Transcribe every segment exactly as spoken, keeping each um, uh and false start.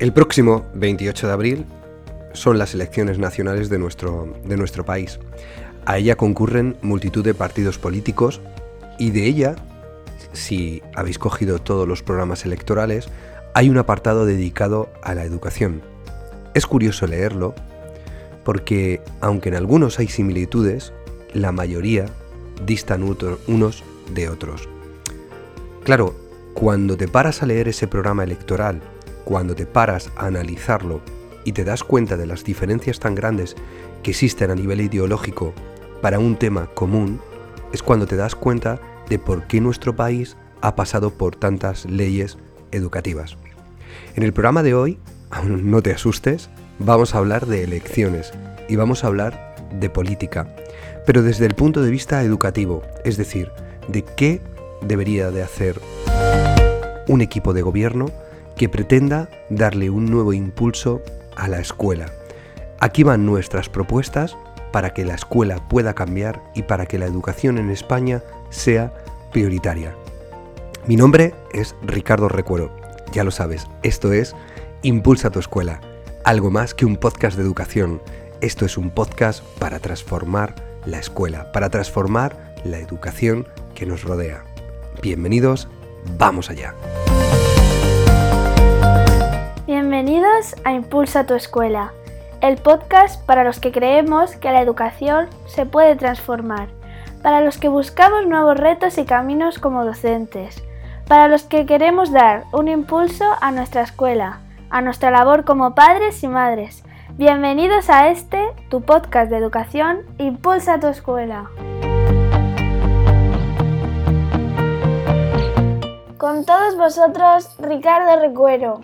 El próximo veintiocho de abril son las elecciones nacionales de nuestro, de nuestro país. A ella concurren multitud de partidos políticos y de ella, si habéis cogido todos los programas electorales, hay un apartado dedicado a la educación. Es curioso leerlo porque, aunque en algunos hay similitudes, la mayoría distan unos de otros. Claro, cuando te paras a leer ese programa electoral, cuando te paras a analizarlo y te das cuenta de las diferencias tan grandes que existen a nivel ideológico para un tema común, es cuando te das cuenta de por qué nuestro país ha pasado por tantas leyes educativas. En el programa de hoy, aún no te asustes, vamos a hablar de elecciones y vamos a hablar de política, pero desde el punto de vista educativo, es decir, de qué debería de hacer un equipo de gobierno que pretenda darle un nuevo impulso a la escuela. Aquí van nuestras propuestas para que la escuela pueda cambiar y para que la educación en España sea prioritaria. Mi nombre es Ricardo Recuero. Ya lo sabes, esto es Impulsa tu escuela, algo más que un podcast de educación. Esto es un podcast para transformar la escuela, para transformar la educación que nos rodea. Bienvenidos, vamos allá. Bienvenidos a Impulsa tu escuela, el podcast para los que creemos que la educación se puede transformar, para los que buscamos nuevos retos y caminos como docentes, para los que queremos dar un impulso a nuestra escuela, a nuestra labor como padres y madres. Bienvenidos a este, tu podcast de educación, Impulsa tu escuela. Con todos vosotros, Ricardo Recuero.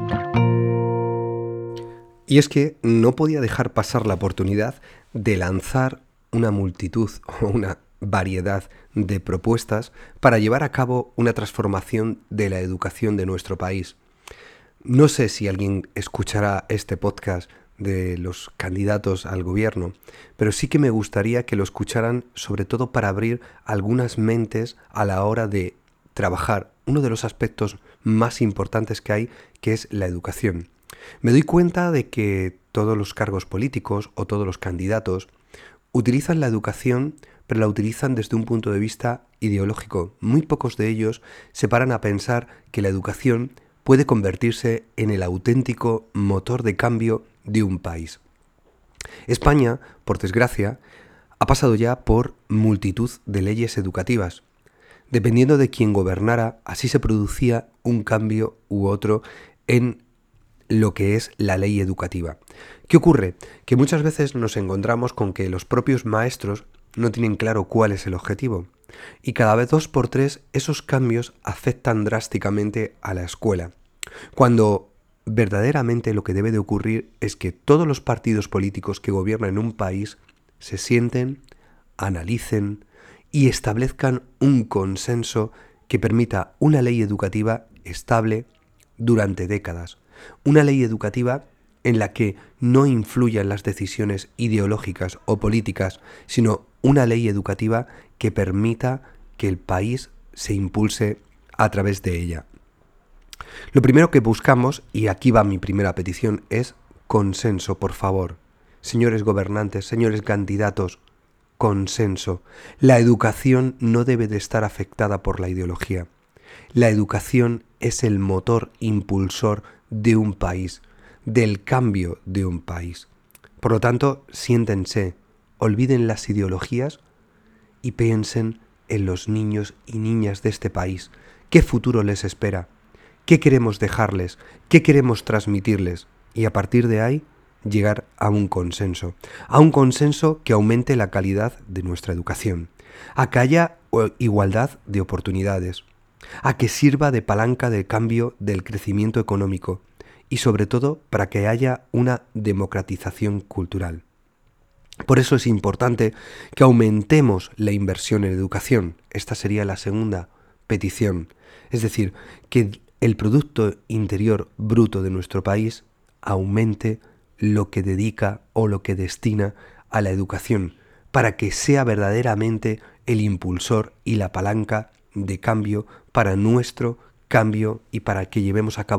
Y es que no podía dejar pasar la oportunidad de lanzar una multitud o una variedad de propuestas para llevar a cabo una transformación de la educación de nuestro país. No sé si alguien escuchará este podcast de los candidatos al gobierno, pero sí que me gustaría que lo escucharan, sobre todo para abrir algunas mentes a la hora de trabajar uno de los aspectos más importantes que hay, que es la educación. Me doy cuenta de que todos los cargos políticos o todos los candidatos utilizan la educación, pero la utilizan desde un punto de vista ideológico. Muy pocos de ellos se paran a pensar que la educación puede convertirse en el auténtico motor de cambio de un país. España, por desgracia, ha pasado ya por multitud de leyes educativas. Dependiendo de quién gobernara, así se producía un cambio u otro en lo que es la ley educativa. ¿Qué ocurre? Que muchas veces nos encontramos con que los propios maestros no tienen claro cuál es el objetivo y cada vez dos por tres esos cambios afectan drásticamente a la escuela, cuando verdaderamente lo que debe de ocurrir es que todos los partidos políticos que gobiernan un país se sienten, analicen y establezcan un consenso que permita una ley educativa estable durante décadas. Una ley educativa en la que no influyan las decisiones ideológicas o políticas, sino una ley educativa que permita que el país se impulse a través de ella. Lo primero que buscamos, y aquí va mi primera petición, es consenso, por favor. Señores gobernantes, señores candidatos, consenso. La educación no debe de estar afectada por la ideología. La educación es el motor impulsor de un país, del cambio de un país. Por lo tanto, siéntense, olviden las ideologías y piensen en los niños y niñas de este país. ¿Qué futuro les espera? ¿Qué queremos dejarles? ¿Qué queremos transmitirles? Y a partir de ahí, llegar a un consenso. A un consenso que aumente la calidad de nuestra educación. A que haya igualdad de oportunidades. A que sirva de palanca de cambio del crecimiento económico y sobre todo para que haya una democratización cultural. Por eso es importante que aumentemos la inversión en educación. Esta sería la segunda petición. Es decir, que el Producto Interior Bruto de nuestro país aumente lo que dedica o lo que destina a la educación para que sea verdaderamente el impulsor y la palanca de cambio para nuestro cambio y para que llevemos a cabo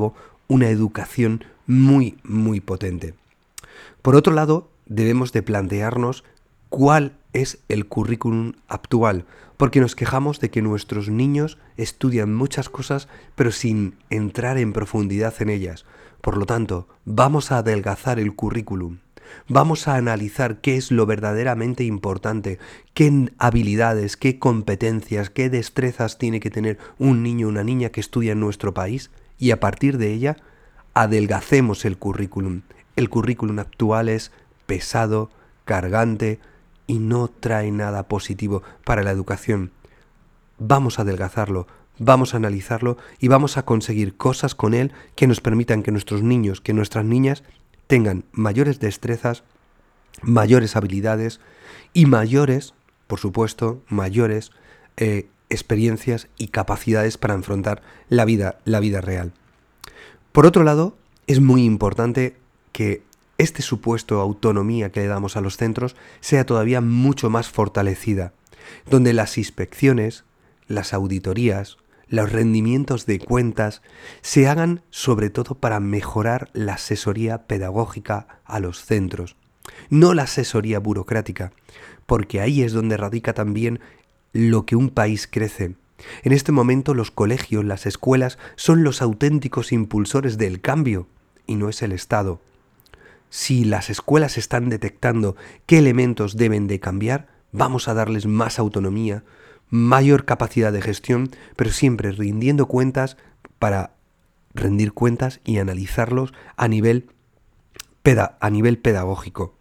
una educación muy, muy potente. Por otro lado, debemos de plantearnos cuál es el currículum actual, porque nos quejamos de que nuestros niños estudian muchas cosas, pero sin entrar en profundidad en ellas. Por lo tanto, vamos a adelgazar el currículum. Vamos a analizar qué es lo verdaderamente importante, qué habilidades, qué competencias, qué destrezas tiene que tener un niño o una niña que estudia en nuestro país, y a partir de ella adelgacemos el currículum. El currículum actual es pesado, cargante y no trae nada positivo para la educación. Vamos a adelgazarlo, vamos a analizarlo y vamos a conseguir cosas con él que nos permitan que nuestros niños, que nuestras niñas tengan mayores destrezas, mayores habilidades y mayores, por supuesto, mayores eh, experiencias y capacidades para afrontar la vida, la vida real. Por otro lado, es muy importante que este supuesto autonomía que le damos a los centros sea todavía mucho más fortalecida, donde las inspecciones, las auditorías, los rendimientos de cuentas se hagan sobre todo para mejorar la asesoría pedagógica a los centros, no la asesoría burocrática, porque ahí es donde radica también lo que un país crece. En este momento los colegios, las escuelas son los auténticos impulsores del cambio y no es el Estado. Si las escuelas están detectando qué elementos deben de cambiar, vamos a darles más autonomía, mayor capacidad de gestión, pero siempre rindiendo cuentas para rendir cuentas y analizarlos a nivel, peda- a nivel pedagógico.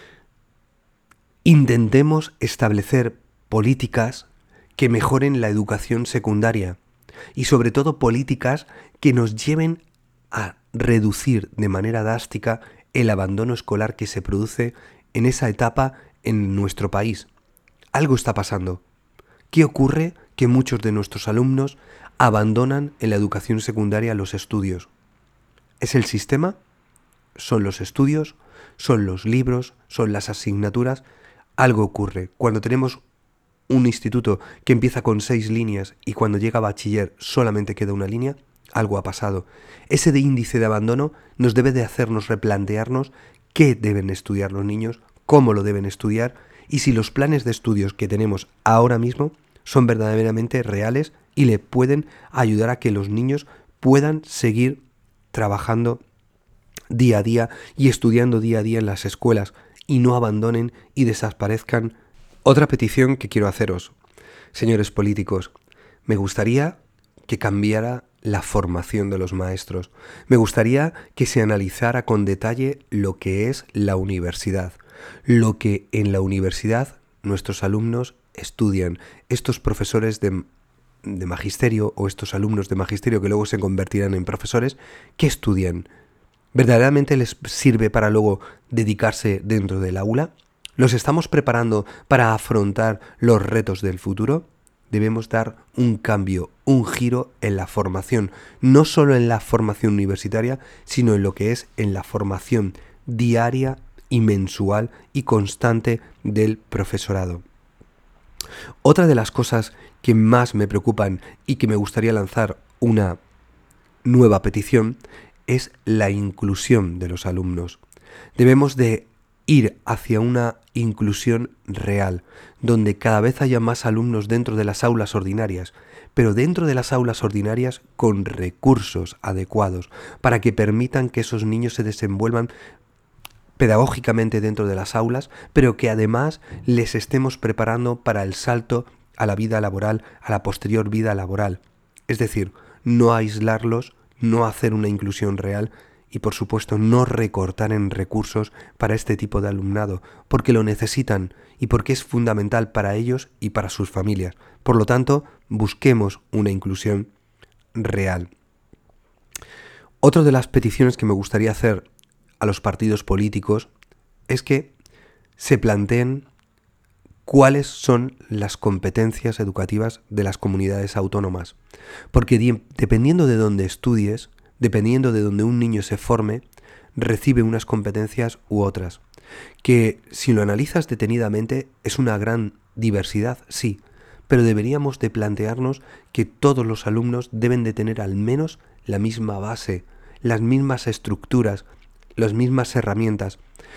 Intentemos establecer políticas que mejoren la educación secundaria y sobre todo políticas que nos lleven a reducir de manera drástica el abandono escolar que se produce en esa etapa en nuestro país. Algo está pasando. ¿Qué ocurre? Que muchos de nuestros alumnos abandonan en la educación secundaria los estudios. ¿Es el sistema? ¿Son los estudios? ¿Son los libros? ¿Son las asignaturas? Algo ocurre. Cuando tenemos un instituto que empieza con seis líneas y cuando llega a bachiller solamente queda una línea, algo ha pasado. Ese de índice de abandono nos debe de hacernos replantearnos qué deben estudiar los niños, cómo lo deben estudiar y si los planes de estudios que tenemos ahora mismo son verdaderamente reales y le pueden ayudar a que los niños puedan seguir trabajando día a día y estudiando día a día en las escuelas y no abandonen y desaparezcan. Otra petición que quiero haceros, señores políticos, me gustaría que cambiara la formación de los maestros. Me gustaría que se analizara con detalle lo que es la universidad, lo que en la universidad nuestros alumnos estudian, estos profesores de, de magisterio o estos alumnos de magisterio que luego se convertirán en profesores, ¿qué estudian? ¿Verdaderamente les sirve para luego dedicarse dentro del aula? ¿Los estamos preparando para afrontar los retos del futuro? Debemos dar un cambio, un giro en la formación, no solo en la formación universitaria, sino en lo que es en la formación diaria y mensual y constante del profesorado. Otra de las cosas que más me preocupan y que me gustaría lanzar una nueva petición es la inclusión de los alumnos. Debemos de ir hacia una inclusión real, donde cada vez haya más alumnos dentro de las aulas ordinarias, pero dentro de las aulas ordinarias con recursos adecuados, para que permitan que esos niños se desenvuelvan pedagógicamente dentro de las aulas, pero que además les estemos preparando para el salto a la vida laboral, a la posterior vida laboral. Es decir, no aislarlos, no hacer una inclusión real, y por supuesto no recortar en recursos para este tipo de alumnado, porque lo necesitan y porque es fundamental para ellos y para sus familias. Por lo tanto, busquemos una inclusión real. Otra de las peticiones que me gustaría hacer a los partidos políticos es que se planteen cuáles son las competencias educativas de las comunidades autónomas, porque di- dependiendo de dónde estudies, dependiendo de donde un niño se forme, recibe unas competencias u otras, que si lo analizas detenidamente es una gran diversidad, sí, pero deberíamos de plantearnos que todos los alumnos deben de tener al menos la misma base, las mismas estructuras, las mismas herramientas.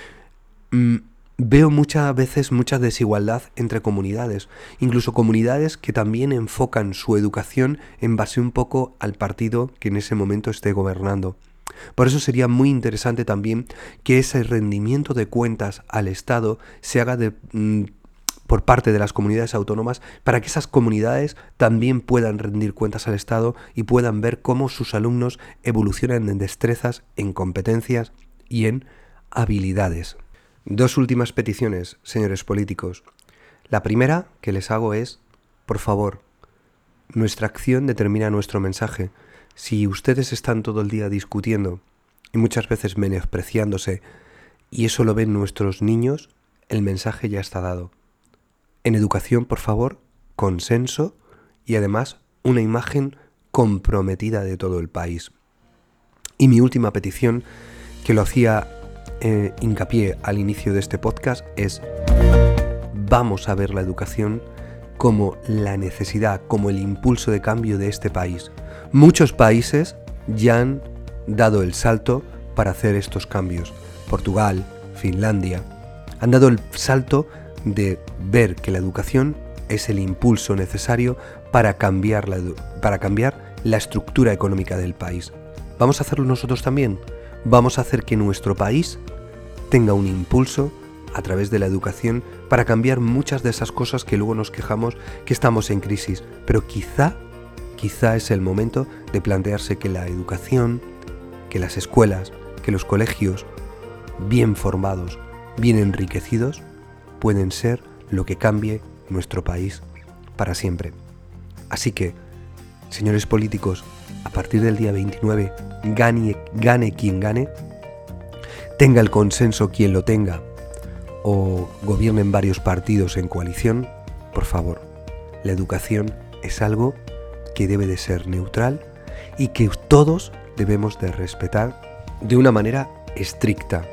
Mm, veo muchas veces mucha desigualdad entre comunidades, incluso comunidades que también enfocan su educación en base un poco al partido que en ese momento esté gobernando. Por eso sería muy interesante también que ese rendimiento de cuentas al Estado se haga de, mm, por parte de las comunidades autónomas, para que esas comunidades también puedan rendir cuentas al Estado y puedan ver cómo sus alumnos evolucionan en destrezas, en competencias y en habilidades. Dos últimas peticiones, señores políticos. La primera que les hago es, por favor, nuestra acción determina nuestro mensaje. Si ustedes están todo el día discutiendo y muchas veces menospreciándose, y eso lo ven nuestros niños, el mensaje ya está dado. En educación, por favor, consenso y además una imagen comprometida de todo el país. Y mi última petición, que lo hacía eh, hincapié al inicio de este podcast, es: vamos a ver la educación como la necesidad, como el impulso de cambio de este país. Muchos países ya han dado el salto para hacer estos cambios. Portugal, Finlandia, han dado el salto de ver que la educación es el impulso necesario para cambiar la, para cambiar la estructura económica del país. ¿Vamos a hacerlo nosotros también? Vamos a hacer que nuestro país tenga un impulso a través de la educación para cambiar muchas de esas cosas que luego nos quejamos que estamos en crisis. Pero quizá, quizá es el momento de plantearse que la educación, que las escuelas, que los colegios bien formados, bien enriquecidos, pueden ser lo que cambie nuestro país para siempre. Así que, señores políticos, a partir del día veintinueve, gane, gane quien gane, tenga el consenso quien lo tenga, o gobiernen varios partidos en coalición, por favor, la educación es algo que debe de ser neutral y que todos debemos de respetar de una manera estricta,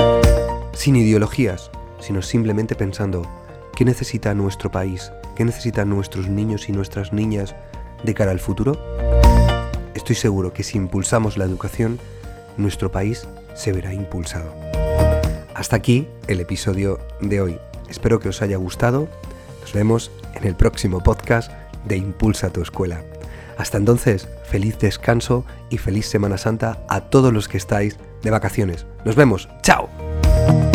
sin ideologías, sino simplemente pensando qué necesita nuestro país, qué necesitan nuestros niños y nuestras niñas de cara al futuro. Estoy seguro que si impulsamos la educación, nuestro país se verá impulsado. Hasta aquí el episodio de hoy. Espero que os haya gustado. Nos vemos en el próximo podcast de Impulsa tu Escuela. Hasta entonces, feliz descanso y feliz Semana Santa a todos los que estáis de vacaciones. Nos vemos. ¡Chao!